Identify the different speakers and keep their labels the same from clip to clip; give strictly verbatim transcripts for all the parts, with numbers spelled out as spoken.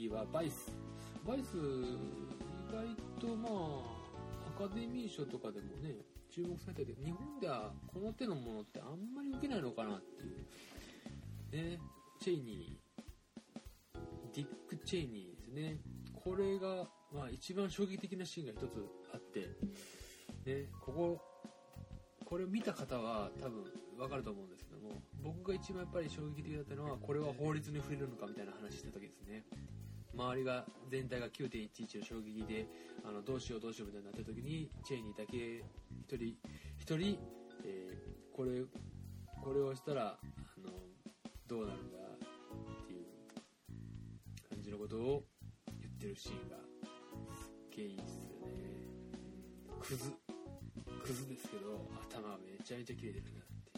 Speaker 1: 次はバイス。バイス意外とまあアカデミー賞とかでもね注目されてて、日本ではこの手のものってあんまり受けないのかなっていうね。チェイニー、ディック・チェイニーですね。これがまあ一番衝撃的なシーンが一つあって、ね、こここれを見た方は多分分かると思うんですけども、僕が一番やっぱり衝撃的だったのは、これは法律に触れるのかみたいな話した時ですね。周りが全体が きゅうてんいちいち の衝撃で、あのどうしようどうしようみたいになった時に、チェイニーだけ一人一人、えー、これこれをしたらあのどうなるんだっていう感じのことを言ってるシーンがすっげえいいですよね。クズクズですけど頭めちゃめちゃ切れてるなって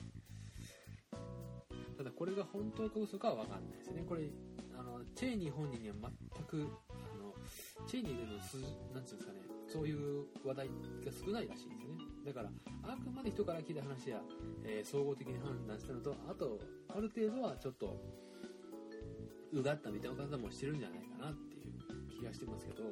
Speaker 1: 。ただこれが本当か嘘かは分かんないですね。これあのチェイニー本人には全くあのチェイニーでのすなんていうんですかね、そういう話題が少ないらしいんですよね。だからあくまで人から聞いた話や、えー、総合的に判断したのと、あとある程度はちょっとうがった見た方もしてるんじゃないかなっていう気がしてますけど、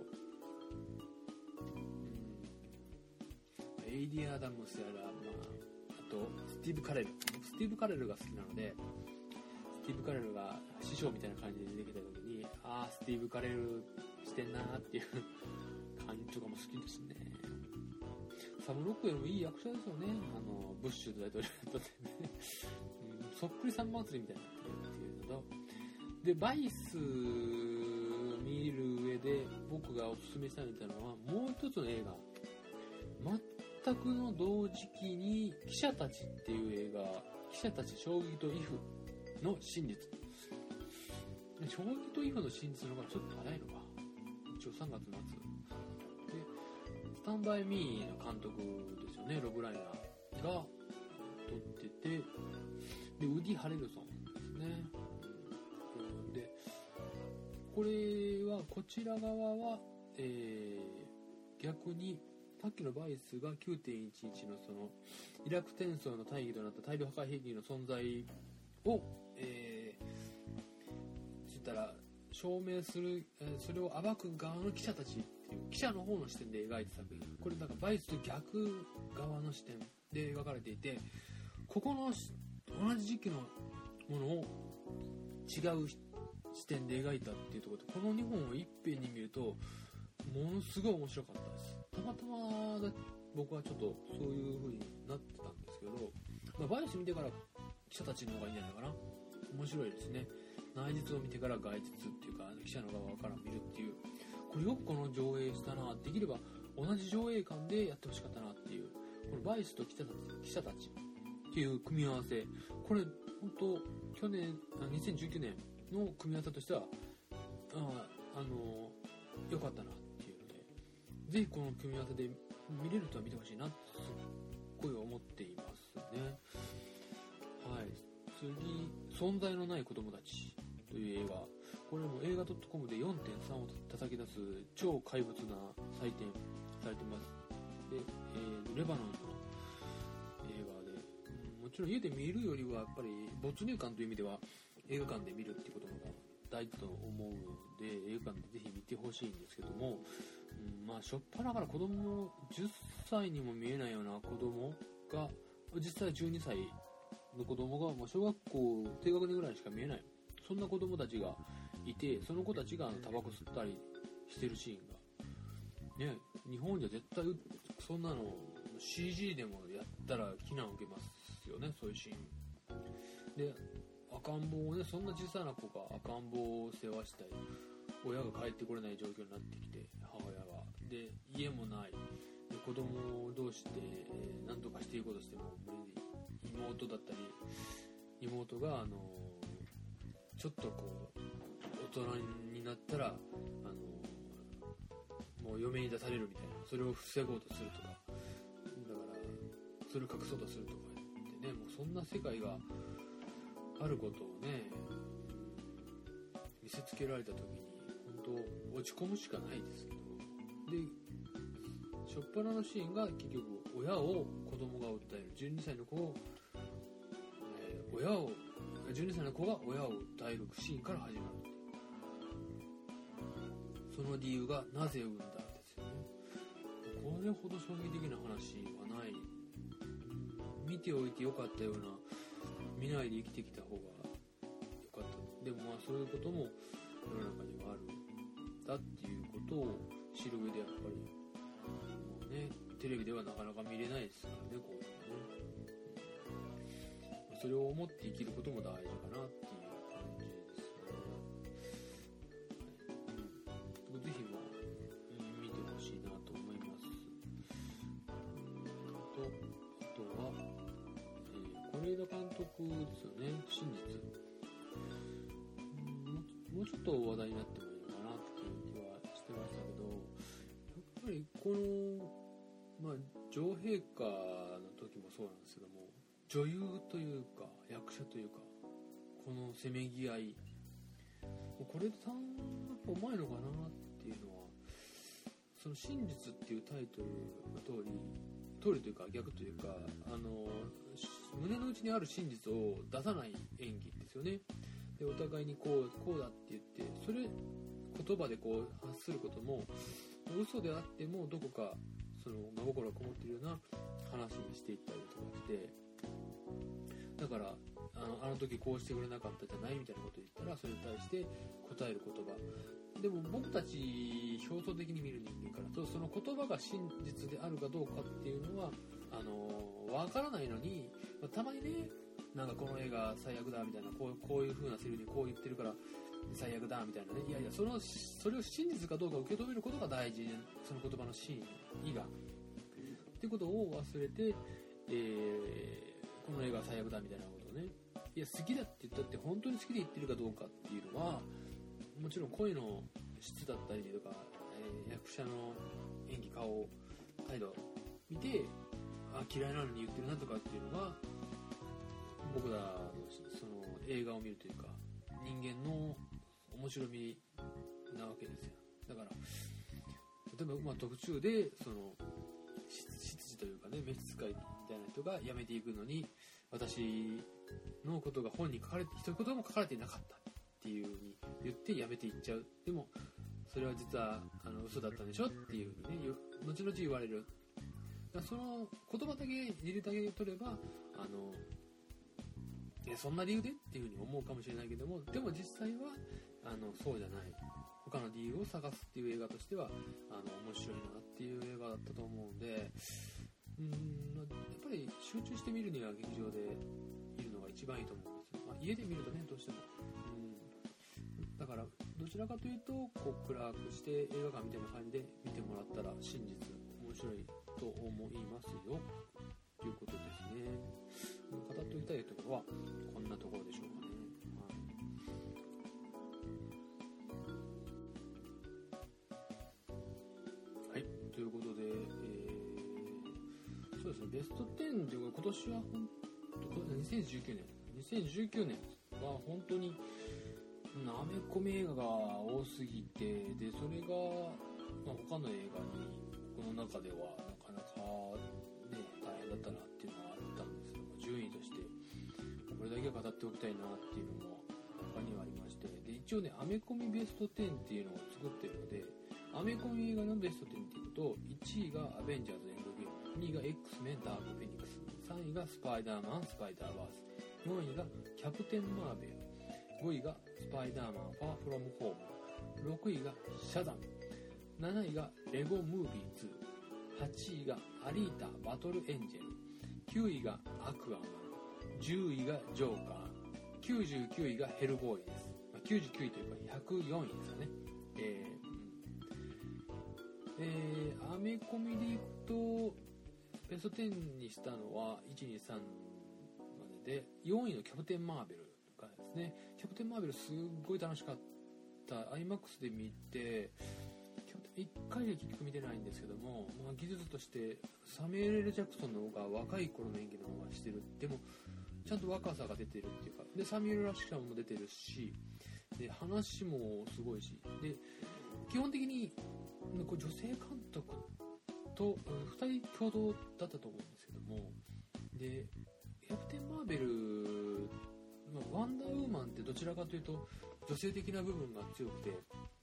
Speaker 1: エイディア・アダムスやら、まあ、あとスティーブ・カレル、スティーブ・カレルが好きなので、スティーブ・カレルが師匠みたいな感じで出てきた時に、ああスティーブ・カレルしてんなーっていう感じとかも好きですね。サム・ロックウェルもいい役者ですよね。あのブッシュ大統領だったんでね、うん、そっくりさん祭りみたいになってるっていうのと、でバイス見る上で僕がおすすめしたいのはもう一つの映画、全くの同時期に記者たちっていう映画、記者たち将棋とイフの真実。将棋とイフの真実の方がちょっと早いのか、一応さんがつ末で、スタンバイミーの監督ですよね、ロブ・ライナーが撮ってて、でウディ・ハレルソンですね。でこれはこちら側は、えー、逆にさっきのバイスが きゅうてんいちいち のそのイラク戦争の大義となった大量破壊兵器の存在を、えー、つったら証明する、えー、それを暴く側の記者たちっていう記者の方の視点で描いてた作品、これなんかバイスと逆側の視点で描かれていて、ここの同じ時期のものを違う視点で描いたっていうところで、このにほんをいっぺんに見るとものすごい面白かったです。たまたまだ僕はちょっとそういう風になってたんですけど、まあ、バイス見てから記者たちの方がいいんじゃないかな。面白いですね。内実を見てから外実っていうか記者の側から見るっていう、これよくこの上映したな。できれば同じ上映館でやってほしかったなっていう、このバイスと記者たち、記者たちっていう組み合わせ、これ本当去年にせんじゅうきゅうねんの組み合わせとしてはああの良かったなっていうので、ぜひこの組み合わせで見れる人は見てほしいなってすっごい思っていますね。はい、次、存在のない子供たちという映画、これも映画 .com で よんてんさん を叩き出す超怪物な採点されてます。で、えー、レバノンの映画で、うん、もちろん家で見るよりはやっぱり没入感という意味では映画館で見るっていうことの方が大事と思うので、映画館でぜひ見てほしいんですけども、うん、まあしょっぱなから子供じゅっさいにも見えないような子供が、実際じゅうにさいの子供が、まあ、小学校低学年ぐらいしか見えない、そんな子供たちがいて、その子たちがタバコ吸ったりしてるシーンがね、日本じゃ絶対そんなの シージー でもやったら非難を受けますよね、そういうシーンで。赤ん坊をね、そんな小さな子が赤ん坊を世話したり、親が帰ってこれない状況になってきて、母親がで家もないで、子供同士で、えー、何とかしていこうとしても無理で、妹だったり妹があのー、ちょっとこう大人になったらあのー、もう嫁に出されるみたいな、それを防ごうとするとか、だからそれを隠そうとするとかってね、もうそんな世界があることをね見せつけられた時に本当落ち込むしかないですけど、で初っ端のシーンが結局親を子供が訴える、じゅうにさいの子を、えー、親をじゅうにさいの子が親を訴えるシーンから始まる。 その理由がなぜ産んだですよね。これほど衝撃的な話はない。見ておいてよかったような、見ないで生きてきた方がよかった。でもまあそういうことも世の中にはあるんだっていうことを知る上でやっぱりもうね、テレビではなかなか見れないですからね、こういうのね。それを思って生きることも大事かなっていう感じですね。うん、ぜひまあ見てほしいなと思います。うんとあとは、えー、是枝監督ですよね。真実。もうちょっと話題になってもいいのかなっていう気はしてましたけど、やっぱりこの、まあ、女王陛下の時もそうなんですけども、女優というか役者というか、このせめぎ合い、これでさんやっぱうまいのかなっていうのは、その真実っていうタイトルの通り、通りというか逆というか、あの胸の内にある真実を出さない演技ですよね。でお互いにこうこうだって言って、それ言葉でこう発することも嘘であってもどこかその真心がこもっているような話にしていったりとかして、だからあのあの時こうしてくれなかったじゃないみたいなことを言ったら、それに対して答える言葉でも、僕たち表層的に見る人間からとその言葉が真実であるかどうかっていうのはあの分からないのに、たまにね、なんかこの映画最悪だみたいな、こう、こういう風なセリフにこう言ってるから最悪だみたいなね、いやいや、そのそれを真実かどうか受け止めることが大事で、その言葉の真意がっていうことを忘れて、えー、この映画最悪だみたいなことをね、いや好きだって言ったって本当に好きで言ってるかどうかっていうのは、もちろん声の質だったりとか、えー、役者の演技、顔、態度見て、あ、嫌いなのに言ってるなとかっていうのが、僕らのその映画を見るというか、人間の面白みなわけですよ。だから例えばまあ特注でその執事というかね、召使いみたいな人が辞めていくのに、私のことが本に書かれて、一言も書かれていなかったっていう風に言って辞めていっちゃう。でもそれは実はあの嘘だったんでしょっていう風にね、後々言われる。だからその言葉だけ入れてあげ取れば、あのえそんな理由でっていう風に思うかもしれないけども、でも実際はあのそうじゃない、他の理由を探すっていう映画としてはあの面白いなっていう映画だったと思うんで、うーん、やっぱり集中して見るには劇場で見るのが一番いいと思うんですよ。まあ、家で見るとね、どうしても、うん、だからどちらかというとこう暗くして映画館みたいな感じで見てもらったら真実面白いと思いますよということですね。語っておきたいところはこんなところでしょうかね。はい、はい、ということで、えー、そうですね、ベストテンというか、今年はほんにせんじゅうきゅうねんにせんじゅうきゅうねんは本当になめこみ映画が多すぎて、でそれが、まあ、他の映画にこの中ではなかなかね大変だったなっていうのはあったんですけども、順位としてこれだけは語っておきたいなっていうのも他にはありまして、で一応ねアメコミベストテンっていうのを作ってるので、アメコミ映画のベストテンっていうと、いちいがアベンジャーズエンドゲーム、にいが X メンダークフェニックス、さんいがスパイダーマンスパイダーバース、よんいがキャプテンマーベル、ごいがスパイダーマンファーフロムホーム、ろくいがシャザム、なないがレゴムービーツー、はちいがアリータバトルエンジェル、きゅういがアクアマン、じゅういがジョーカー、きゅうじゅうきゅういがヘルボーイです。きゅうじゅうきゅういというかひゃくよんいですよね。えーえー、アメコミでいくとベストテンにしたのはいち、に、さんまでで、よんいのキャプテンマーベルがですね、キャプテンマーベルすっごい楽しかった。 アイマックス で見て、いっかいで結局見てないんですけども、まあ、技術としてサミュエル・L・ジャクソンの方が若い頃の演技の方がしてる。でもちゃんと若さが出てるっていうか、でサミュエル・ラッシャーも出てるし、で話もすごいし、で基本的にこう女性監督とふたり共同だったと思うんですけども、でキャプテンマーベル、まあ、ワンダーウーマンってどちらかというと女性的な部分が強くて、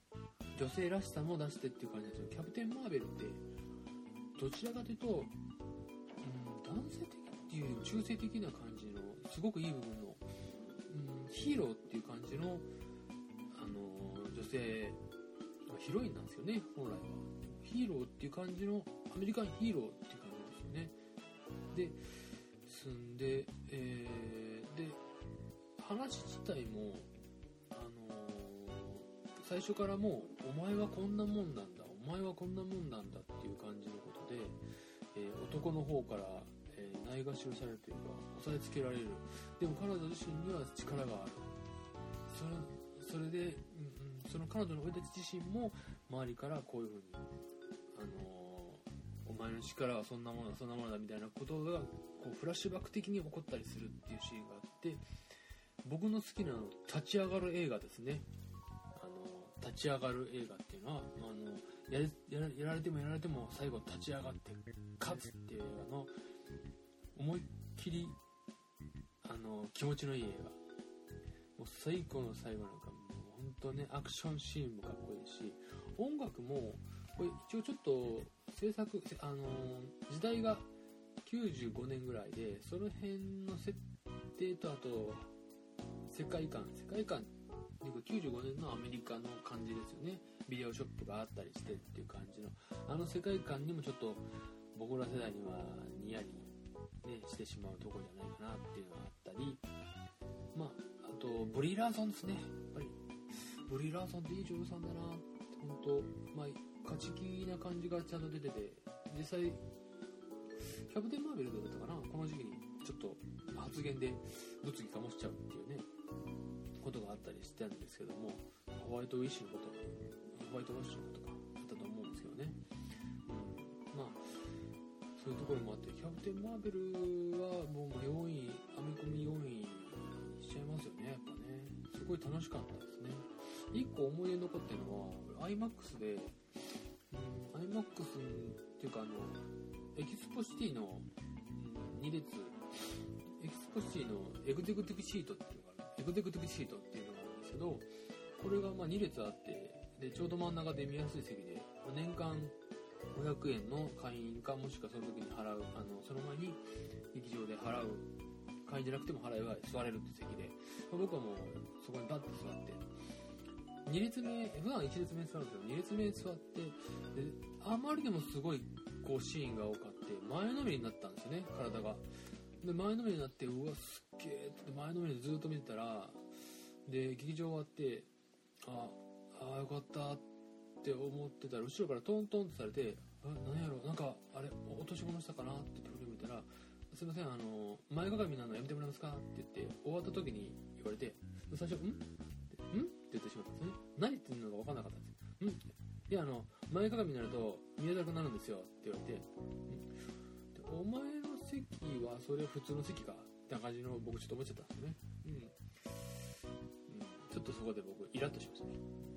Speaker 1: 女性らしさも出してっていう感じなんですよ。キャプテンマーベルってどちらかというと、うん、男性的っていうより中性的な感じのすごくいい部分の、うん、ヒーローっていう感じの、あのー、女性ヒロインなんですよね。本来はヒーローっていう感じのアメリカンヒーローっていう感じですよね。で住んで、えー、で話自体も、あのー、最初からもうお前はこんなもんなんだ、お前はこんなもんなんだっていう感じのことで、えー、男の方から、えー、ないがしろされるというか押さえつけられる。でも彼女自身には力がある。それ、それで、うんうん、その彼女の俺たち自身も周りからこういう風に、あのー、お前の力はそんなものだそんなものだみたいなことがこうフラッシュバック的に起こったりするっていうシーンがあって、僕の好きなの立ち上がる映画ですね。あの立ち上がる映画っていうのは、あの や, や, らやられてもやられても最後立ち上がって勝つっていう映画の思いっきり、あの気持ちのいい映画。もう最後の最後なんかもう本当ね、アクションシーンもかっこいいし、音楽もこれ一応ちょっと制作、あの時代がきゅうじゅうごねんぐらいで、その辺の設定とあと世界観世界観きゅうじゅうごねんのアメリカの感じですよね。ビデオショップがあったりしてっていう感じのあの世界観にもちょっと僕ら世代にはニヤリ、ね、してしまうところじゃないかなっていうのがあったり、まああとブリー・ラーソンですね。やっぱりブリー・ラーソンっていい女優さんだなって、本当まあ勝ち気な感じがちゃんと出てて、実際キャプテンマーベルだったかな、この時期にちょっと発言で物議かもしちゃうっていうねことがあったりしてたんですけども、ホワイトウィッシュのことホワイトウォッシュのことかあったと思うんですけどね、うん、まあそういうところもあって、キャプテンマーベルはもうまあよんい、アメコミよんいしちゃいますよね。やっぱねすごい楽しかったですね。いっこ思い出に残ってるのは アイマックス で、うん、アイマックス っていうかあのエキスポシティの、うん、に列、エキスポシティのエグゼクティブシートっていうのがあるエグゼクティブシートっていうのがあるんですけど、これがまあに列あって、でちょうど真ん中で見やすい席で、年間ごひゃくえんの会員か、もしくはその時に払う、あのその前に劇場で払う、会員じゃなくても払えば座れるって席で、僕はもうそこにバッて座って、に列目、普段いち列目座るんですけどに列目座って、であまりでもすごいこうシーンが多かって前のめりになったんですよね、体が。で前のめりになって、うわすっげーって前のめりでずっと見てたら、で劇場終わって、ああよかったって思ってたら、後ろからトントンってされて、あ何やろなんかあれ落とし物したかなって振り向いたら、すいませんあの前かがみなのやめてもらえますかって言って終わった時に言われて、最初んんって言ってしまったんですね。何言ってるのか分かんなかったんですよ。んいやあの前かがみになると見えなくなるんですよって言われて、んでお前の席はそれ普通の席かって感じの僕ちょっと思っちゃったんですよね。うん、うん、ちょっとそこで僕イラッとしましたね。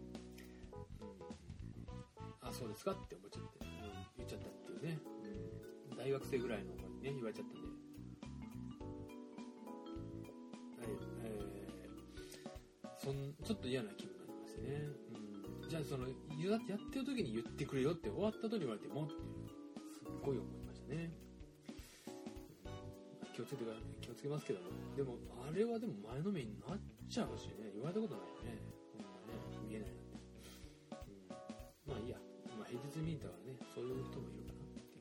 Speaker 1: うん、あそうですかって思っちゃって、うん、言っちゃったっていうね、うん、大学生ぐらいの子にね言われちゃったんで、はい、えー、そんちょっと嫌な気分になりましてね、うん、じゃあそのやってる時に言ってくれよって、終わった後に言われてもっていうすっごい思いましたね。気をつけて気をつけますけども、でもあれはでも前のめりになっちゃうしね、言われたことないよね、こんなね見えないなんて、うん、まあいいや、まあ、平日見に行ったからね、そういう人もいるかなっていう。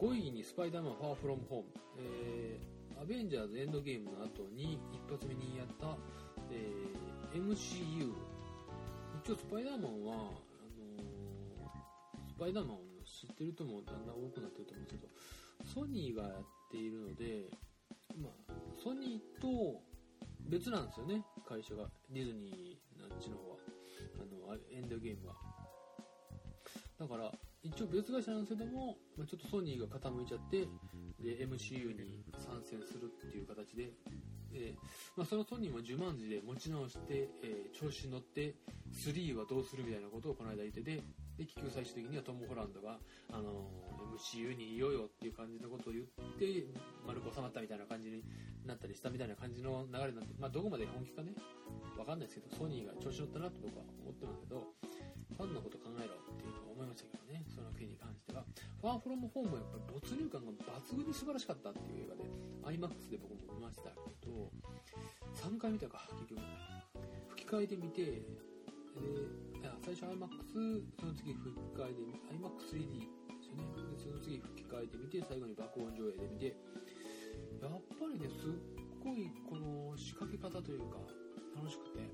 Speaker 1: ごいにスパイダーマンファーフロムホーム、えー、アベンジャーズエンドゲームの後に一発目にやった、えー、エムシーユー、 一応スパイダーマンはあのー、スパイダーマンを知ってる人もだんだん多くなってると思うんですけど、ソニーがやっているので、まあ、ソニーと別なんですよね、会社が。ディズニーなんちの方はあのエンドゲームは。だから一応別会社なんですけども、まあ、ちょっとソニーが傾いちゃって、で エムシーユー に参戦するっていう形で、えーまあ、そのソニーもじゅうまん字で持ち直して、えー、調子に乗ってスリーはどうするみたいなことをこの間言ってて、 で結局最終的にはトム・ホランドが、あのー、エムシーユー にいようよっていう感じのことを言って丸く収まったみたいな感じになったりしたみたいな感じの流れになって、まあ、どこまで本気かねわかんないですけど、ソニーが調子乗ったなと僕は思ってますけど、ファンのこと考えろっていうのは思いましたけどね。その件に関してはファーフロムホームはやっぱり没入感が抜群に素晴らしかったっていう映画で アイマックス で僕も見ましたけど、さんかい見たか結局吹き替えで見て、で最初 アイマックス、その次吹き替えで アイマックススリーディー ですよね。でその次吹き替えで見て、最後に爆音上映で見て、やっぱりねすっごいこの仕掛け方というか楽しくて、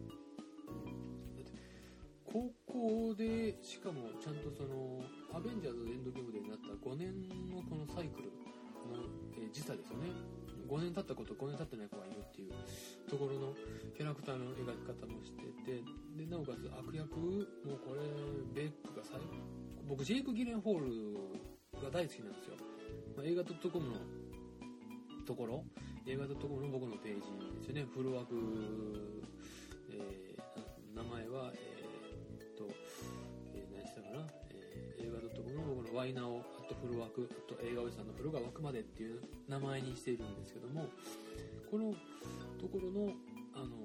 Speaker 1: 高校でしかもちゃんとそのアベンジャーズエンドゲームでになったごねんのこのサイクルの、えー、時差ですよね。ごねん経った子とごねん経ってない子がいるっていうところのキャラクターの描き方もしてて、でなおかつ悪役もこれベックが最後、僕ジェイク・ギレンホールが大好きなんですよ。まあ、映画 .com のところ、映画 .com の僕のページですよね。フルワーク、えー、名前は、えー、っと、えー、何したかな、えー、映画 .com の僕のワイナオあとフルワークあと映画おじさんのフルが湧くまでっていう名前にしているんですけども、このところのあの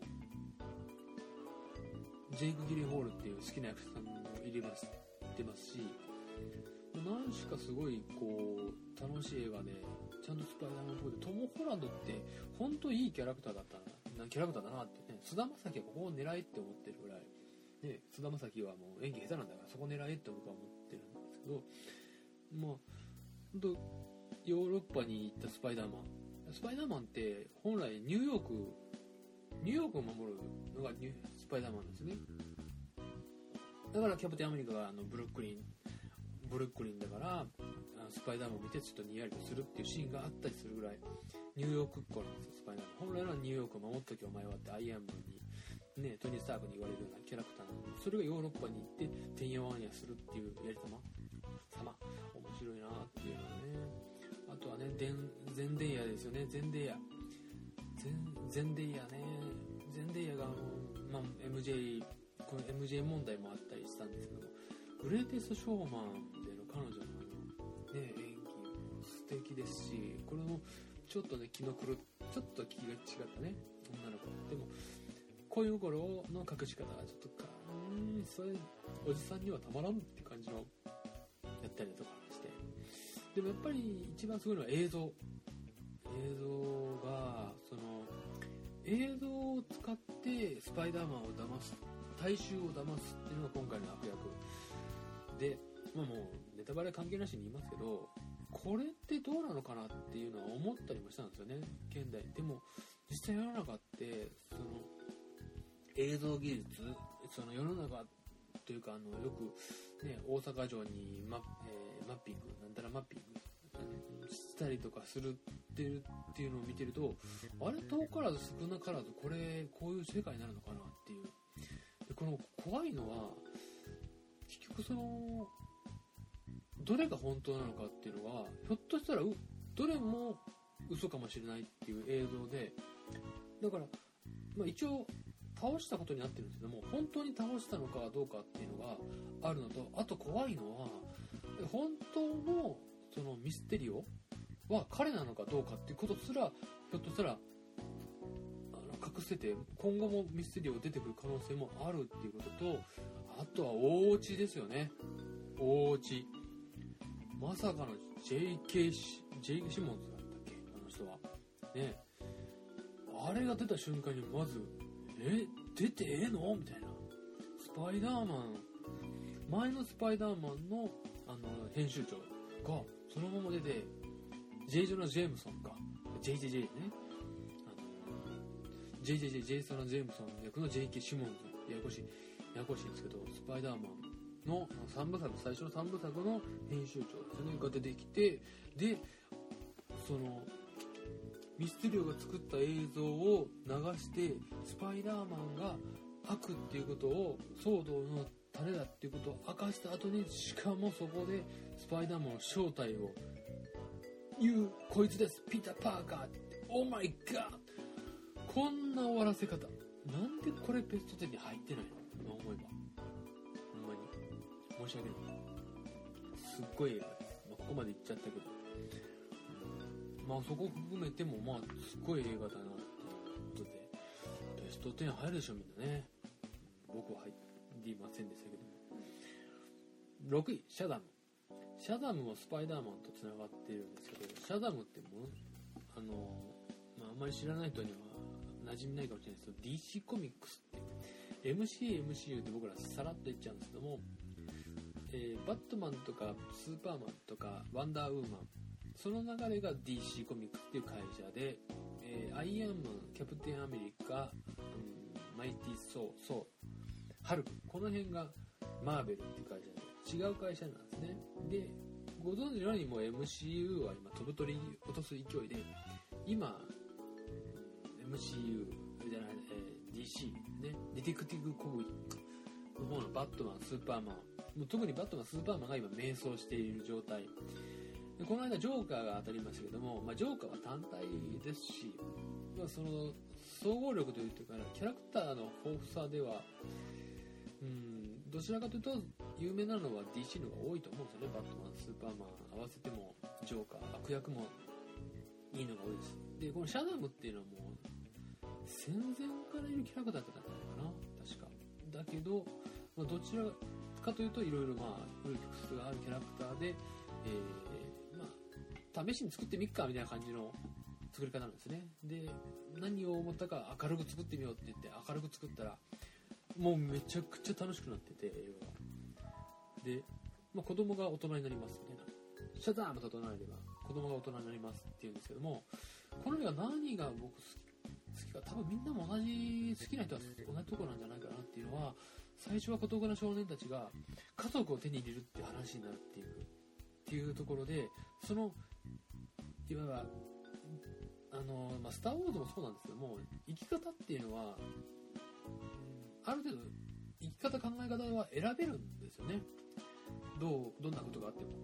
Speaker 1: ー、ジェイク・ギレンホールっていう好きな役者さんも入れますってますし、何しかすごいこう楽しい映画で、ちゃんとスパイダーマンのところでトム・ホランドって本当いいキャラクターだったな、キャラクターだなってね。菅田将暉はここを狙えって思ってるぐらい、ね、菅田将暉はもう演技下手なんだからそこ狙えって僕は思ってるんですけど、まあ本当ヨーロッパに行ったスパイダーマン、スパイダーマンって本来ニューヨークニューヨークを守るのがニュスパイダーマンですね。だからキャプテンアメリカがあのブルックリンブルックリンだからスパイダーマンを見てちょっとニヤリとするっていうシーンがあったりするぐらいニューヨークっ子なんですよ、スパイダーマン。本来はニューヨークを守っときお前はってアイアンマンにね、トニー・スタークに言われるようなキャラクターなので、それがヨーロッパに行っててんやわんやするっていうやり様様面白いなっていうのがね。あとはね、ゼンデイヤですよね。ゼンデイヤゼンデイヤね、ゼンデイヤがあの、まあ、エムジェイ この エムジェイ 問題もあったりしたんですけども、グレイテストショーマンでの彼女のあの、ね、演技も素敵ですし、これもちょっとね気の狂っちょっと気が違ったね女の子でも恋心の隠し方がちょっとかうーんそれおじさんにはたまらんって感じのやったりとかして、でもやっぱり一番すごいのは映像映像がその映像を使ってスパイダーマンを騙す大衆を騙すっていうのが今回の悪役で、まあ、もうネタバレ関係なしに言いますけど、これってどうなのかなっていうのは思ったりもしたんですよね、現代。でも実際世の中ってその映像技術、その世の中というかあのよく、ね、大阪城にマ、えー、マッピングなんたらマッピングしたりとかするっていうっていうのを見てると、あれ遠からず少なからずこれこういう世界になるのかなっていう。でこの怖いのは結局そのどれが本当なのかっていうのはひょっとしたらうどれも嘘かもしれないっていう映像で、だから、まあ、一応倒したことになってるんですけども、本当に倒したのかどうかっていうのがあるのと、あと怖いのは本当のそのミステリオは彼なのかどうかっていうことすらひょっとしたらあの隠せて、今後もミステリオ出てくる可能性もあるっていうことと、あとは大落ちですよね。大落ち、まさかの ジェイケー シ, ジェイケーシモンズだったっけ、あの人はね。あれが出た瞬間にまずえ出てええのみたいな。スパイダーマン前のスパイダーマンのあの編集長がそのまま出て、ジェイ・ジョナ・ジェームソンか ジェイジェイジェイ ね、あの ジェイジェイジェイ ジェイ・ソナ・ジェームソン役の ジェイケー シモンズ、ややこしいややこしいんですけど、スパイダーマンのさんぶさく、最初のさんぶさくの編集長ですねが出てきて、でそのミステリオが作った映像を流してスパイダーマンが悪っていうことを、騒動の種だっていうことを明かした後に、しかもそこでスパイダーマンの正体を言う、こいつですピーター・パーカーって、オーマイガー、こんな終わらせ方なんでこれベストテンに入ってないの、今思えば。ほんまに申し訳ない。すっごい映画です。まあ、ここまで行っちゃったけど、うん、まあそこ含めてもまあすごい映画だなっていうことで、ベストじゅう入るでしょみんなね。僕は入りませんでしたけども。ろくい、シャダム。シャダムもスパイダーマンとつながっているんですけど、シャダムってもあの、まあ、あんまり知らない人には馴染みないかもしれないですけど、 ディーシー コミックスって エムシーエムシーユー って僕らさらっと言っちゃうんですけども、えー、バットマンとかスーパーマンとかワンダーウーマン、その流れが ディーシー コミックスっていう会社で、えー、アイアンマン、キャプテンアメリカ、うん、マイティー・ソー、ソー、ハルク、この辺がマーベルっていう会社で違う会社なんですね。で、ご存知のようにもう エムシーユー は今飛ぶ鳥落とす勢いで、今 エムシーユー じゃない、えー、ディーシー ね、ディテクティブコミックの方のバットマン、スーパーマン、もう特にバットマン、スーパーマンが今迷走している状態で、この間ジョーカーが当たりましたけども、まあ、ジョーカーは単体ですし、まあ、その総合力というかキャラクターの豊富さでは、うん、どちらかというと有名なのは ディーシー の方が多いと思うんですよね。バットマン、スーパーマン合わせてもジョーカー、悪役もいいのが多いです。で、このシャダムっていうのはもう戦前からいるキャラクターだったのかな、確か。だけど、まあ、どちらかというといろいろまあウルティクスがあるキャラクターで、えー、まあ試しに作ってみっかみたいな感じの作り方なんですね。で、何を思ったか明るく作ってみようって言って明るく作ったらもうめちゃくちゃ楽しくなってて、映画が。で、まあ、子供が大人になりますみたいな。シャダームと唱えれば子供が大人になりますって言うんですけども、この映画何が僕好きか、多分みんなも同じ好きな人は同じところなんじゃないかなっていうのは、最初は孤独な少年たちが家族を手に入れるっていう話になるっていうっていうところで、そのいわばあの、まあ、スター・ウォーズもそうなんですけども、生き方っていうのは、うん、ある程度生き方、考え方は選べるんですよね。どうどんなことがあっても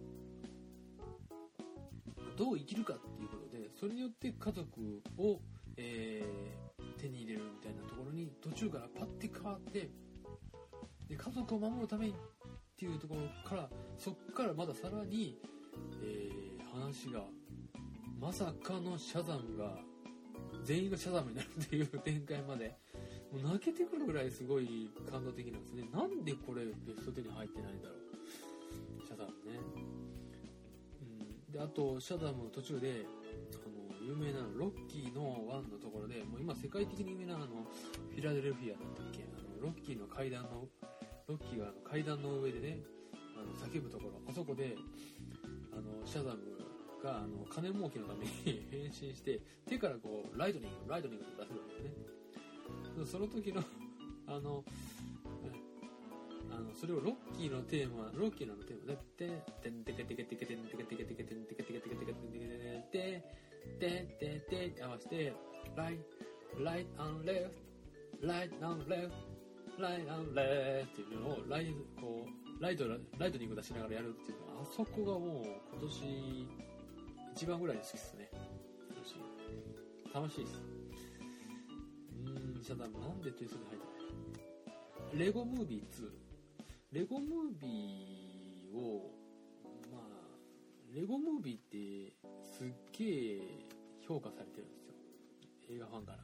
Speaker 1: どう生きるかっていうことで、それによって家族を、えー、手に入れるみたいなところに途中からパッて変わって、で家族を守るためにっていうところから、そっからまださらに、えー、話がまさかのシャザムが全員がシャザムになるっていう展開まで、もう泣けてくるぐらいすごい感動的なんですね。なんでこれベストじゅうに入ってないんだろう、シャザムね。うん、であとシャザムの途中であの有名なのロッキーのワンのところで、もう今世界的に有名なあのフィラデルフィアだったっけ、あのロッキーの階段のロッキーがあの階段の上でね、あの叫ぶところ、あそこであのシャザムがあの金儲けのために変身して手からこうライトニングライトニングって出せるわけですね。その時のあのあのそれをロッキーのテーマロッキーのテーマでててんてけてけてけてんてけてけてけてんてけてけてけてけてけてけててててって合わせてライライトアンレフトライトアンレフトライトアンレフトっていうのをライこうライトライトニング出しながらやるっていうのは、あそこがもう今年一番ぐらい好きですね。楽しい楽しいです。シャダムなんでトゥースに入ってない。レゴムービーツー、レゴムービーをまあレゴムービーってすっげえ評価されてるんですよ、映画ファンから。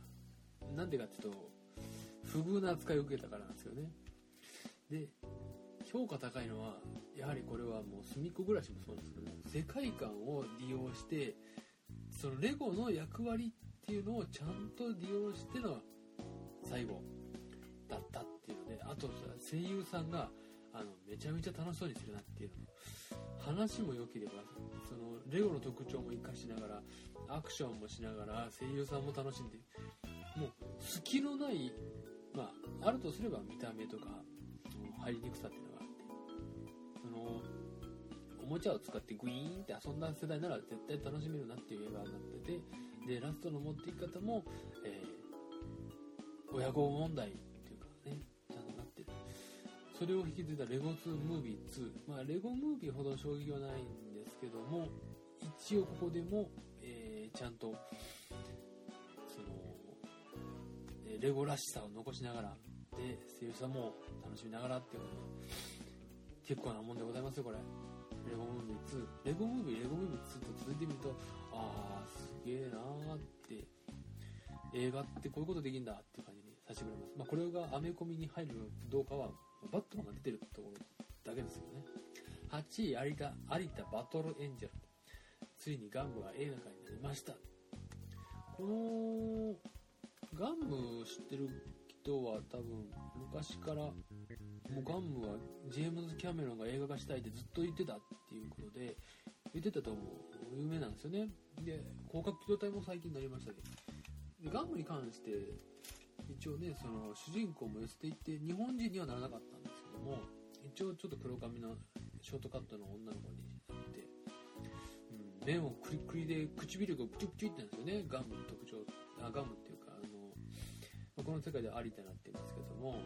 Speaker 1: なんでかっていうと不遇な扱いを受けたからなんですよね。で評価高いのはやはりこれはもう隅っこ暮らしもそうなんですけど、世界観を利用してそのレゴの役割っていうのをちゃんと利用しての最後だったっていうので、あと声優さんがあのめちゃめちゃ楽しそうにするなっていうのも、話も良ければそのレゴの特徴も生かしながらアクションもしながら声優さんも楽しんで、もう隙のない、まああるとすれば見た目とか入りにくさっていうのがあって、そのおもちゃを使ってグイーンって遊んだ世代なら絶対楽しめるなっていう映画になってて、でラストの持っていき方も、えー親子問題っていうかね、ちゃんとなってる。それを引き継いだレゴツームービーツー、まあレゴムービーほど衝撃はないんですけども、一応ここでも、えー、ちゃんとその、えー、レゴらしさを残しながらで声優さんも楽しみながらっていうことで結構なもんでございますよこれ。レゴムービーツー、レゴムービーレゴムービーツーと続いてみると、あーすげえなーって、映画ってこういうことできるんだっていう感じにさせてくれます。まあこれがアメコミに入るどうかはバットマンが出てるところだけですけどね。はちい有田有田バトルエンジェル、ついにガンムが映画化になりました。このガンム知ってる人は多分昔からもうガンムはジェームズ・キャメロンが映画化したいってずっと言ってたっていうことで言ってたと思う。有名なんですよね。で広角機動隊も最近になりましたけど、でガンムに関して一応ねその主人公も寄せていって日本人にはならなかったんですけども、一応ちょっと黒髪のショートカットの女の子になって、うん、目をクリクリで唇がプチプチってなんですよね。ガムの特徴、あガムっていうかあの、まあ、この世界では有田になってるんですけども、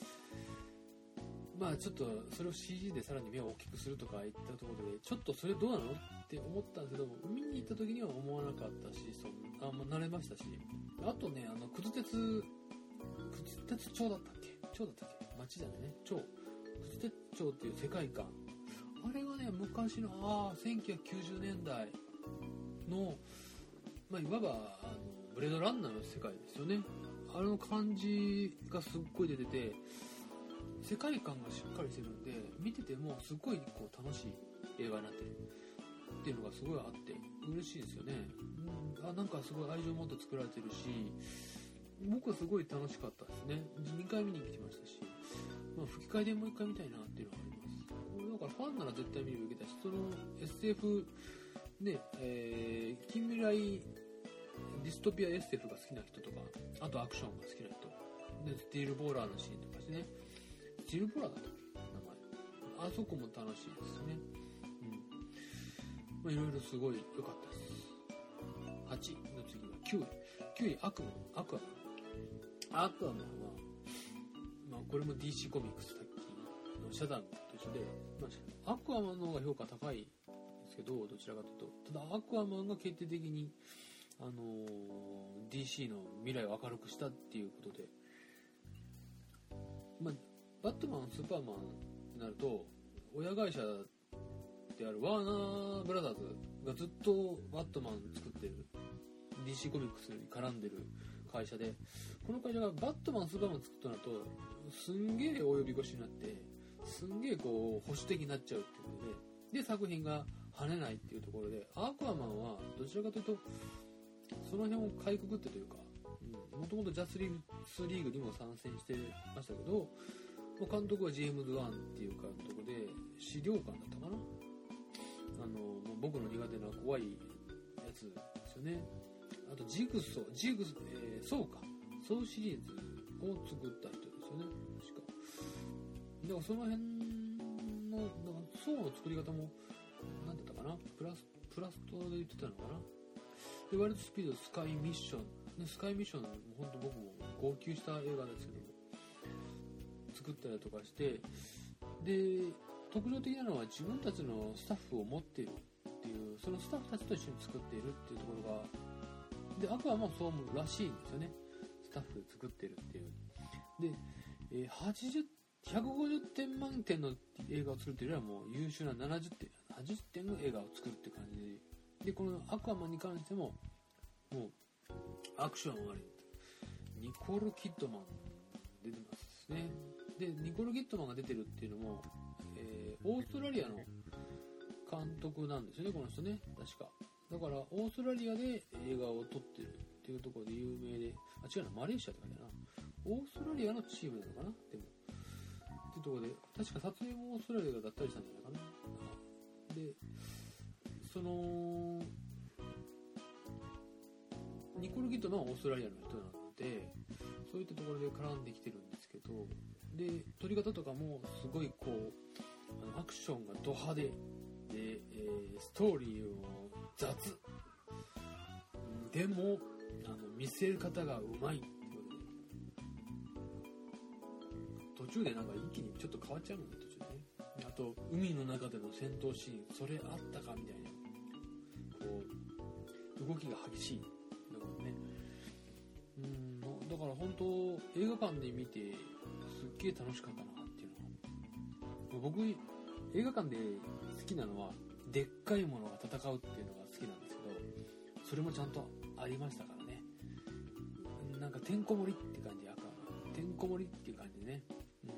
Speaker 1: まあちょっとそれを シージー でさらに目を大きくするとか言ったところでちょっとそれどうなのって思ったんですけども、見に行った時には思わなかったし、そんあ、まあ、慣れましたし、あとねあのくず鉄くず鉄町だったっけ町だったっけ町じゃないね町くず鉄町っていう世界観、あれはね昔のあせんきゅうひゃくきゅうじゅうねんだいの、まあ、いわばあのブレードランナーの世界ですよね。あの感じがすっごい出てて、世界観がしっかりしてるんで見ててもすっごいこう楽しい映画になってるっていうのがすごいあって嬉しいですよね。うん、あなんかすごい愛情を持って作られてるし、僕はすごい楽しかったですね。にかい見に来ましたし、まあ、吹き替えでもういっかい見たいなっていうのがあります。だからファンなら絶対見るべきだし、その エスエフ ね、えー、近未来ディストピア エスエフ が好きな人とか、あとアクションが好きな人でスティールボーラーのシーンとかですね、スティールボーラーだったっけ名前、あそこも楽しいですね。うん、まあいろいろすごい良かったです。はちいの次がきゅういきゅういアクアアクアマンアクアマンは、まあ、これも ディーシー コミックスさっきのシャダムと一緒で、まあ、アクアマンの方が評価高いですけど、どちらかというと、ただアクアマンが決定的に、あのー、ディーシー の未来を明るくしたっていうことで、まあ、バットマンスーパーマンってなると親会社であるワーナーブラザーズがずっとバットマン作ってる ディーシー コミックスに絡んでる会社で、この会社がバットマンスーパーマン作ったのとすんげえ及び腰になってすんげえこう保守的になっちゃうっていうことで、で作品が跳ねないっていうところで、アクアマンはどちらかというとその辺をかいくぐってというか、もともとジャスリースリーグにも参戦してましたけど、監督はジェームズ・ワンっていう監督で資料館だったかな、あのもう僕の苦手な怖いやつですよね。あとジグソージグ、えー、ソーかソーシリーズを作った人ですよね確か。だからその辺のソーの作り方も何だったかな、プラスプラストで言ってたのかな。でワイルドスピードスカイミッション、ね、スカイミッションも本当僕も号泣した映画ですけども作ったりとかして、で特徴的なのは自分たちのスタッフを持っているっていう、そのスタッフたちと一緒に作っているっていうところがで、アクアもそう思うらしいんですよね。スタッフで作ってるっていうで、えー、はちじゅう、ひゃくごじゅってん満点の映画を作るというよりはもう優秀なななじゅってんはちじゅってんの映画を作るって感じで、でこのアクアマンに関してももうアクションあり、ニコール・キッドマン出てますね。でニコール・キッドマンが出てるっていうのも、えー、オーストラリアの監督なんですよねこの人ね確か。だからオーストラリアで映画を撮ってるっていうところで有名で、あ違うなマレーシアって書いてあるな、オーストラリアのチームなのかな、でもっていうところで確か撮影もオーストラリアだったりしたんじゃないかな。でそのニコール・キッドマンはオーストラリアの人なのでそういったところで絡んできてるんですけど、で撮り方とかもすごいこうあのアクションがド派手で、えー、ストーリーも雑でもあの見せる方がうまいってことで途中でなんか一気にちょっと変わっちゃうもんね途中でね。あと海の中での戦闘シーンそれあったかみたいなこう動きが激しいだからね。うんだから本当映画館で見てすっげえ楽しかったなっていうのは僕映画館で好きなのはでっかいものが戦うっていうのが好きなんですけど、それもちゃんとありましたからね。なんかてんこ盛りって感じ、赤てんこ盛りっていう感じでね、うん、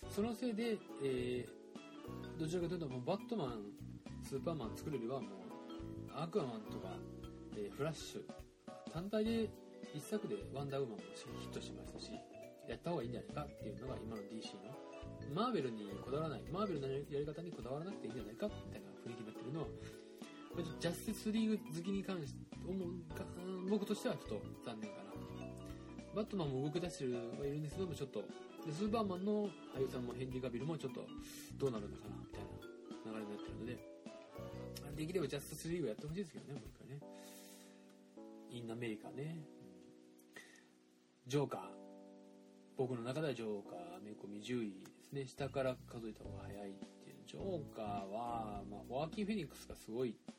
Speaker 1: そのせいで、えー、どちらかというともうバットマンスーパーマン作れればもうアクアマンとか、えー、フラッシュ単体で一作でワンダーウーマンもヒットしましたし、やった方がいいんじゃないかっていうのが今の ディーシー のマーベルにこだわらない、マーベルのやり方にこだわらなくていいんじゃないかみたいな雰囲気になってるのは、ジャスティスリーグ好きに関して思うか、僕としてはちょっと残念かな。バットマンも動き出してはいるんですけども、ちょっとでスーパーマンの俳優さんもヘンリー・ガビルもちょっとどうなるのかなみたいな流れになってるので、できればジャスティスリーグやってほしいですけどね、もう一回ね。インアメリカね、ジョーカー、僕の中ではジョーカーアメコミじゅういですね。下から数えた方が早いっていう。ジョーカーは、まあ、ホアキン・フェニックスがすごいっていう。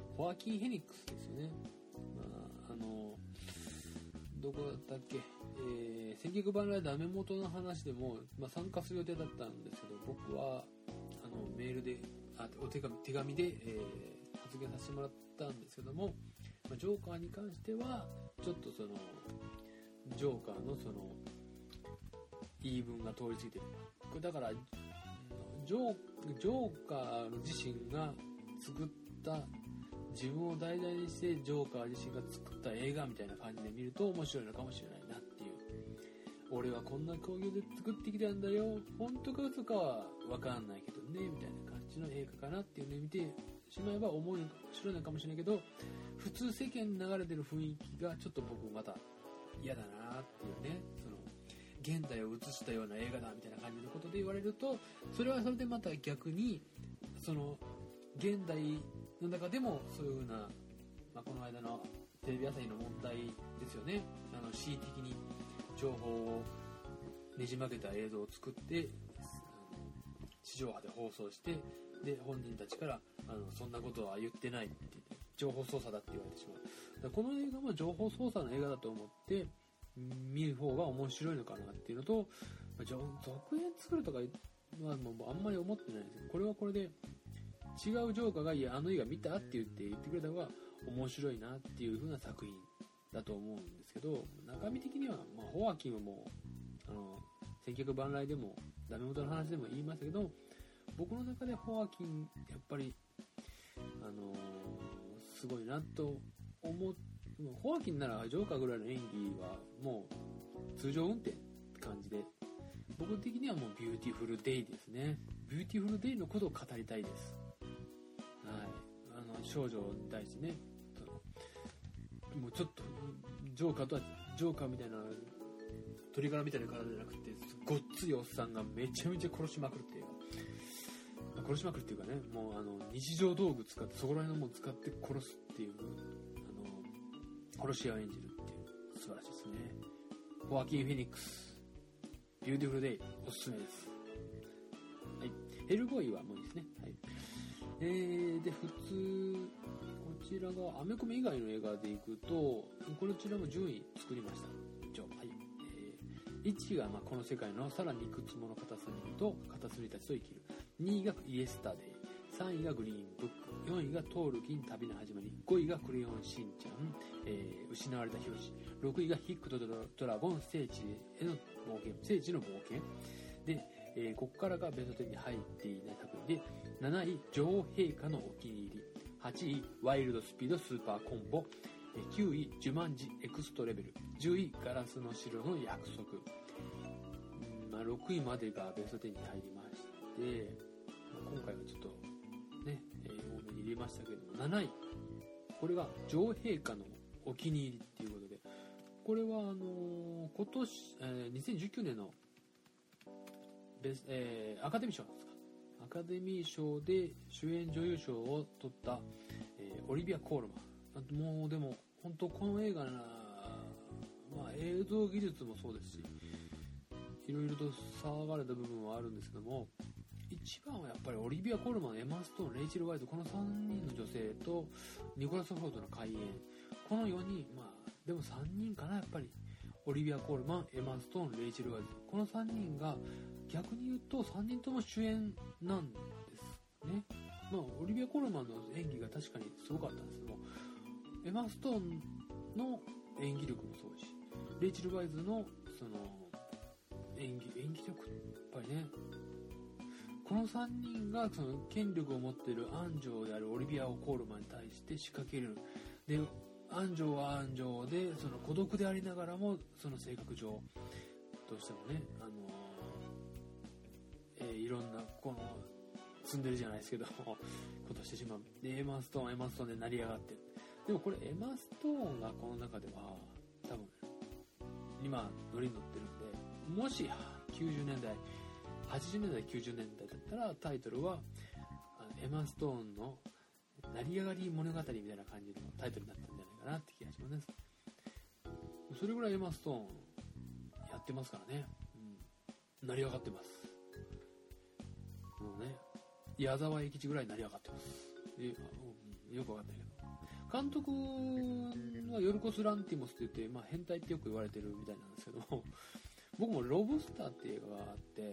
Speaker 1: ホアキン・フェニックスですよね。まあ、あのどこだったっけ、えー、戦国バンライダーダメ元の話でも、まあ、参加する予定だったんですけど、僕はあのメールであお手紙手紙で、えー、発言させてもらったんですけども、まあ、ジョーカーに関してはちょっとそのジョーカーのその言い分が通り過ぎてる。これだからジョー、ジョーカー自身が作った自分を題材にしてジョーカー自身が作った映画みたいな感じで見ると面白いのかもしれないなっていう。俺はこんな興行で作ってきたんだよ、本当か嘘かは分かんないけどねみたいな感じの映画かなっていうのを見てしまえば面白いのかもしれないけど、普通世間に流れてる雰囲気がちょっと僕また嫌だなっていうね、その現代を映したような映画だみたいな感じのことで言われると、それはそれでまた逆にその現代の中でもそういう風な、まあ、この間のテレビ朝日の問題ですよね。あの恣意的に情報をねじ曲げた映像を作って地上波で放送して、で本人たちからあのそんなことは言ってないって情報操作だって言われてしまう。だからこの映画も情報操作の映画だと思って見る方が面白いのかなっていうのと、続編作るとかはもうあんまり思ってないんですけど、これはこれで違うジョーカーがいやあの映画見たって言って言ってくれた方が面白いなっていう風な作品だと思うんですけど、中身的には、まあ、ホアキンはもうあの千客万来でもダメ元の話でも言いましたけど、僕の中でホアキンやっぱりあのー、すごいなと思う。ホアキンならジョーカーぐらいの演技はもう通常運転って感じで、僕的にはもうビューティフルデイですね。ビューティフルデイのことを語りたいです。はい、あの少女に対してね、もうちょっとジョーカーとはジョーカーみたいな鳥柄みたいな体じゃなくて、ごっついおっさんがめちゃめちゃ殺しまくるっていうか、殺しまくるっていうかね、もうあの日常道具使ってそこら辺のもの使って殺すっていう、あの殺し屋を演じるっていう素晴らしいですね。ホアキン・フェニックスビューティフルデイおすすめです。はい、ヘルボーイはもういいですね。はい、えー、で普通こちらがアメコミ以外の映画でいくと、こちらも順位作りました。一応、はい、えー、いちいがまあこの世界のさらにいくつもの片隅と片隅たちと生きる、にいがイエスタデイ、さんいがグリーンブック、よんいがトールキン旅の始まり、ごいがクレヨンしんちゃん、えー、失われたヒロシ、ろくいがヒックとドラゴン聖地への冒険、聖地の冒険で、えー、ここからがベストじゅうに入っていない作品で、なない女王陛下のお気に入り、はちいワイルドスピードスーパーコンボ、きゅういジュマンジエクストレベル、じゅういガラスの城の約束、うん、まあ、ろくいまでがベストじゅうに入りまして、まあ、今回はちょっとね、えー、多めに入れましたけれども、なないこれが女王陛下のお気に入りっていうことで、これはあのー、今年、えー、にせんじゅうきゅうねんのベス、えー、アカデミー賞ですか、アカデミー賞で主演女優賞を取った、えー、オリビア・コールマン。もうでも本当この映画な、まあ、映像技術もそうですし、いろいろと騒がれた部分はあるんですけども、一番はやっぱりオリビア・コールマン、エマ・ストーン、レイチェル・ワイズ、このさんにんの女性とニコラス・フォードの開演、このよにん、まあでもさんにんかな、やっぱりオリビア・コールマン、エマ・ストーン、レイチェル・ワイズ、このさんにんが逆に言うとさんにんとも主演なんですね。まあ、オリビア・コールマンの演技が確かにすごかったんですけども、エマ・ストーンの演技力もそうし、レイチェル・ワイズのその演技演技力、やっぱりね、このさんにんがその権力を持っているアンジョーであるオリビア・コールマンに対して仕掛ける。で、アンジョーはアンジョーでその孤独でありながらも、その性格上どうしてもね、あのーえー、いろんなこの積んでるじゃないですけどことしてしまう。で、エマ・ストーンエマ・ストーンで成り上がって、でもこれエマ・ストーンがこの中では多分今ノリに乗ってるんで、もしきゅうじゅうねんだいはちじゅうねんだいきゅうじゅうねんだいだったらタイトルはあのエマ・ストーンの成り上がり物語みたいな感じのタイトルになったんじゃないかなって気がしますね。それぐらいエマ・ストーンやってますからね、うん、成り上がってます。もうね、矢沢永吉ぐらい成り上がってます。え、うん、よくわかんないけど、監督はヨルコス・ランティモスって言って、まあ、変態ってよく言われてるみたいなんですけども、僕もロブスターって映画があって、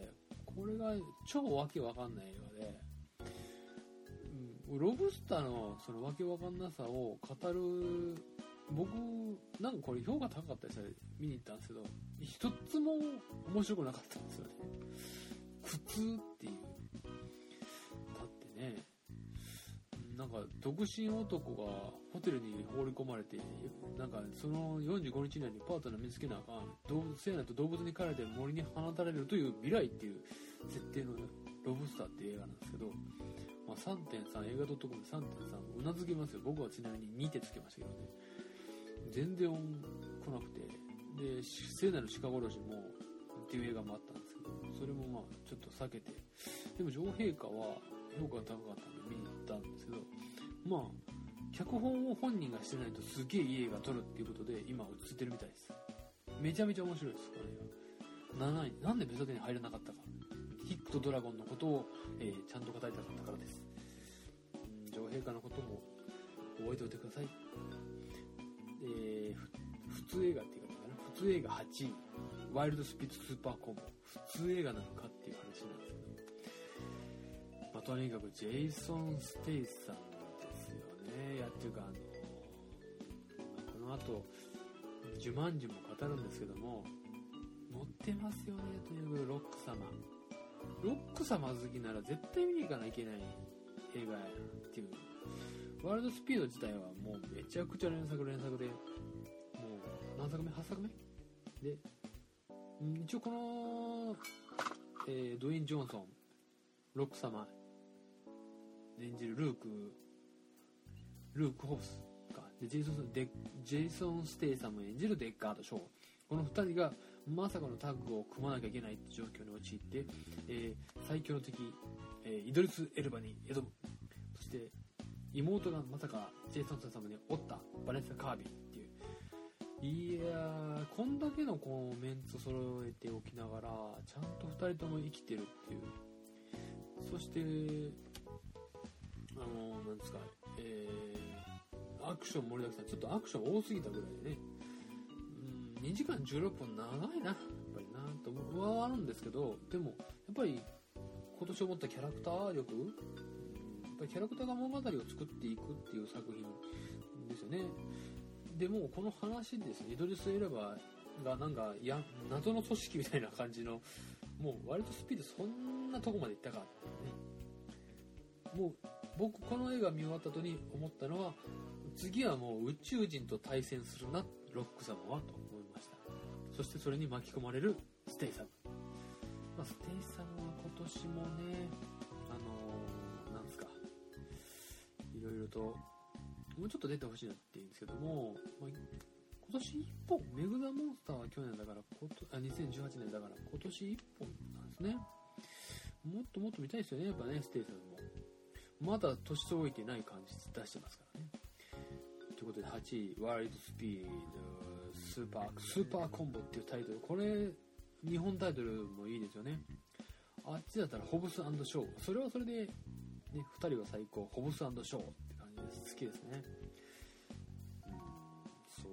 Speaker 1: これが超わけわかんない映画で、うん、ロブスターのそのわけわかんなさを語る、僕なんかこれ評価高かったですよ、見に行ったんですけど、一つも面白くなかったんですよね。普通っていう。だってね、なんか独身男がホテルに放り込まれて、なんかそのよんじゅうごにち以内にパートナー見つけなあかん、動物性ないと動物に狩られて森に放たれるという未来っていう設定のロブスターっていう映画なんですけど、まあ、さんてんさん 映画 .com で さんてんさん うなずけますよ。僕はちなみににてつけましたけどね、全然来なくて、で聖なる鹿殺しもっていう映画もあったんですけど、それもまあちょっと避けて、でも女王陛下は評価が高かったんで見に行ったんですけど、まあ脚本を本人がしてないとすげえいい映画撮るっていうことで今映ってるみたいです。めちゃめちゃ面白いです。これがなないなんでベストテンに入らなかったか、ヒックとドラゴンのことを、えー、ちゃんと語りたかったからです。うん、女王陛下のことも覚えておいてください。えー、普通映画っていうかな、普通映画はちい、ワイルドスピードスーパーコンボ、普通映画なのかっていう話なんですけど、まあ、とにかくジェイソン・ステイさんですよね。やっていうか、あのこの後ジュマンジも語るんですけども、乗ってますよね。とにかくロック様ロック様好きなら絶対見に行かないといけない映画やっていう。ワールドスピード自体はもうめちゃくちゃ連作連作で、もう何作目はちさくめで、一応この、えー、ドウェイン・ジョンソンロック様演じるルークルーク・ホブスかで、ジェイソンでジェイソン・ステイサム演じるデッカード・ショー、このふたりがまさかのタッグを組まなきゃいけないって状況に陥って、えー、最強の敵、えー、イドリス・エルバに挑む。そして妹がまさかジェイソン・ステイサムにおったバレンサ・カービーっていう、いやー、こんだけのこうメンツ揃えておきながらちゃんとふたりとも生きてるっていう。そしてあのー、なんですか、えー、アクション盛りだくさん、ちょっとアクション多すぎたぐらいでね、うん、にじかんじゅうろっぷん長いなやっぱりなと思うはあるんですけど、でもやっぱり今年思ったキャラクター力、うん、やっぱりキャラクターが物語を作っていくっていう作品ですよね。でもこの話ですね、イドリス・エルバがなんかや謎の組織みたいな感じの、もう割とスピードそんなとこまでいったかっていうね。もう僕この映画見終わった後に思ったのは、次はもう宇宙人と対戦するなロック様はと思いました。そしてそれに巻き込まれるステイサム、まあ、ステイサムは今年もね、あのー、なんですか、いろいろともうちょっと出てほしいなって言うんですけども、まあ、今年いっぽん、メグザモンスターは去年だからあにせんじゅうはちねんだから今年いっぽんなんですね。もっともっと見たいですよね、やっぱね。ステイサムもまだ年老いてない感じ出してますからね。ということではちい、ワイルドスピードスーパースーパーコンボっていうタイトル、これ日本タイトルもいいですよね。あっちだったらホブス&ショー、それはそれで、ね、ふたりは最高、ホブス&ショーって感じです。好きですね。うん、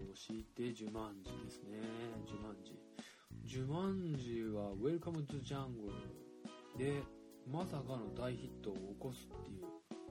Speaker 1: そしてジュマンジですね。ジュマンジジュマンジはウェルカムトゥジャングルでまさかの大ヒットを起こすっていう、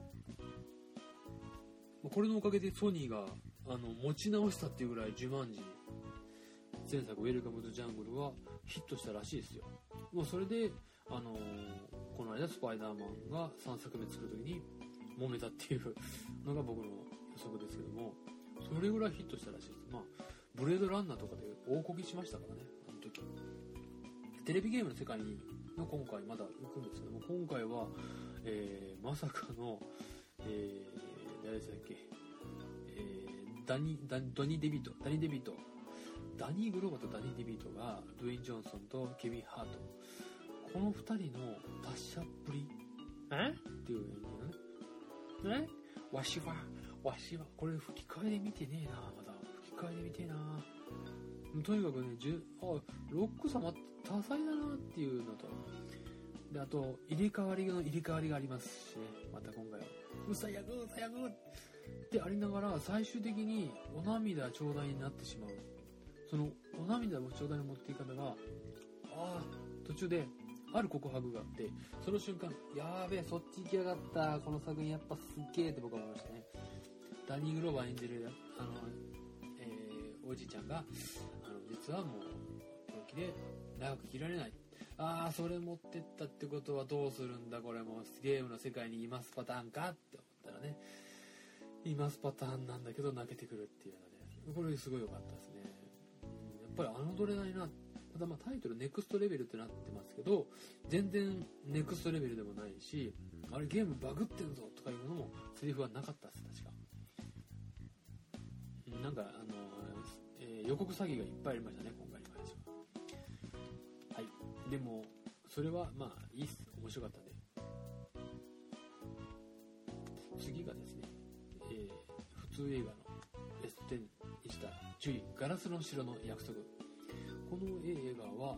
Speaker 1: これのおかげでソニーがあの持ち直したっていうぐらいジュマンジ前作ウェルカムトゥジャングルはヒットしたらしいですよ。もうそれで、あのー、この間スパイダーマンがさんさくめ作るときに揉めたっていうのが僕の予測ですけども、それぐらいヒットしたらしいです。まあブレードランナーとかで大こぎしましたからね、あの時。テレビゲームの世界の今回まだ行くんですけども、今回は、えー、まさかの、えー、誰でしたっけ、えー、ダニダドニー・デビートダニー・デビートダニー・グローバとダニー・デビートがドゥエイン・ジョンソンとケビン・ハート、このふたりの達者っぷりえっていう演技がね、えわしはわしはこれ吹き替えで見てねえな、まだ吹き替えで見てえな。とにかくね、じゅあロック様多彩だなっていうのと、であと入れ替わりの入れ替わりがありますしね、また今回はうさやぐうさやぐってありながら最終的にお涙頂戴になってしまう。そのお涙を頂戴に持っていく方が、ああ途中である告白があって、その瞬間やーべえそっち行きやがった、この作品やっぱすっげえって僕は思いましたね。ダニー・グローバー演じるあの、えー、おじいちゃんがあの実はもう病気で長く生きられない、ああそれ持ってったってことはどうするんだこれもゲームの世界にいますパターンかって思ったらね、いますパターンなんだけど泣けてくるっていうので、これすごい良かったですね。やっぱり侮れないな。ただまあタイトルネクストレベルってなってますけど、全然ネクストレベルでもないし、あれゲームバグってんぞとかいうのもセリフはなかったです確か。なんかあの、えー、予告詐欺がいっぱいありましたね今回に関しては。はい。でもそれはまあいいっす、面白かったんで。次がですね、えー、普通映画のベストじゅうにしたじゅういガラスの城の約束。この映画はあの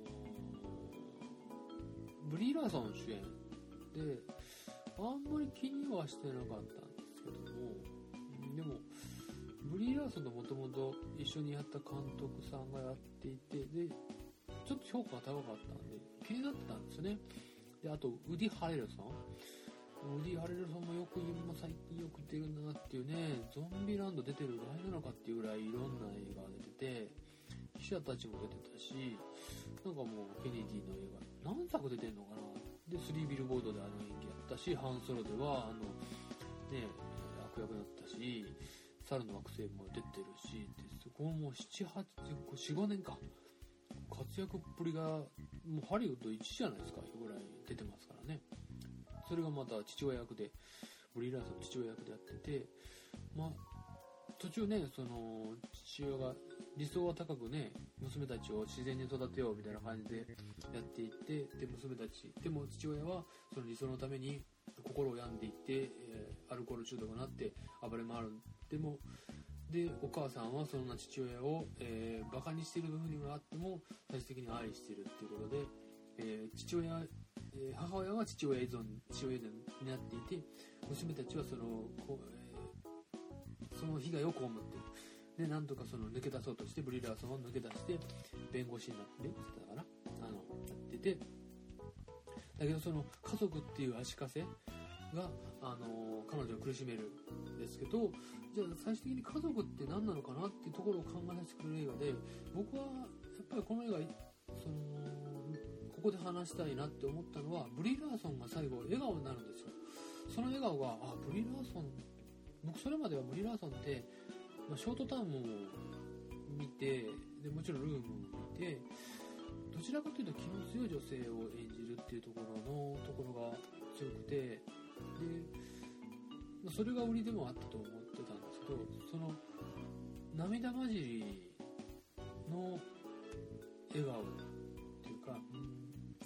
Speaker 1: ー、ブリー・ラーソン主演で、あんまり気にはしてなかったんですけども、でもブリー・ラーソンともともと一緒にやった監督さんがやっていて、でちょっと評価が高かったんで気になってたんですよね。であとウディ・ハレルソンウディ・ハレルソンもよく今最近よく出るんだなっていうね、ゾンビランド出てる場合なのかっていうぐらいいろんな映画が出てて、記者たちも出てたし、なんかもうケネディの映画何作出てんのかな。でスリービルボードであの演技やったし、ハンソロではあのね悪役だったし、猿の惑星も出てるし、でこのもうなな、はち、よん、ごねんか活躍っぷりがもうハリウッドいちじゃないですかいうぐらい出てますからね。それがまた父親役で、ブリー・ラーソンの父親役でやってて、まあ途中ね、その父親が理想は高くね、娘たちを自然に育てようみたいな感じでやっていって、で娘たちでも父親はその理想のために心を病んでいって、えー、アルコール中毒になって暴れ回る。でもでお母さんはそんな父親を、えー、バカにしている部分があっても最終的に愛しているっていうことで、えー、父親、えー、母親は父親依存父親依存になっていて、娘たちはそのこう、えー、その被害を被っている。でなんとかその抜け出そうとして、ブリー・ラーソンは抜け出して弁護士になって弁護士だったかなあのやってて、だけどその家族っていう足かせが、あの彼女を苦しめるんですけど、じゃあ最終的に家族って何なのかなっていうところを考えさせてくれる映画で、僕はやっぱりこの映画そのここで話したいなって思ったのは、ブリー・ラーソンが最後笑顔になるんですよ。その笑顔が、あブリー・ラーソン、僕それまではブリー・ラーソンって、まあ、ショートタームを見て、でもちろんルームを見て、どちらかというと気の強い女性を演じるっていうところのところが強くて、でそれが売りでもあったと思ってたんですけど、その涙混じりの笑顔っていうか、うん、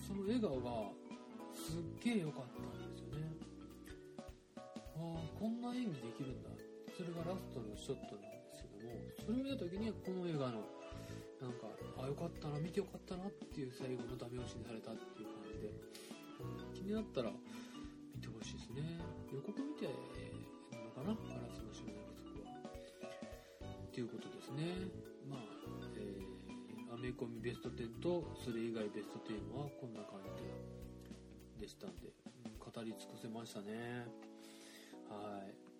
Speaker 1: その笑顔がすっげえ良かったんですよね。ああこんな演技できるんだ。それがラストのショットなんですけども、それを見た時にこの映画のなんかあ良かったな、見て良かったなっていう最後のダメ押しにされたっていう感じで、うん、気になったら見てほしいですね。予告見てなのかな、ガラスの城の約束はっていうことですね。まあ、えー、アメコミベストじゅうとそれ以外ベストじゅうはこんな感じででしたんで、うん、語り尽くせましたね。はい。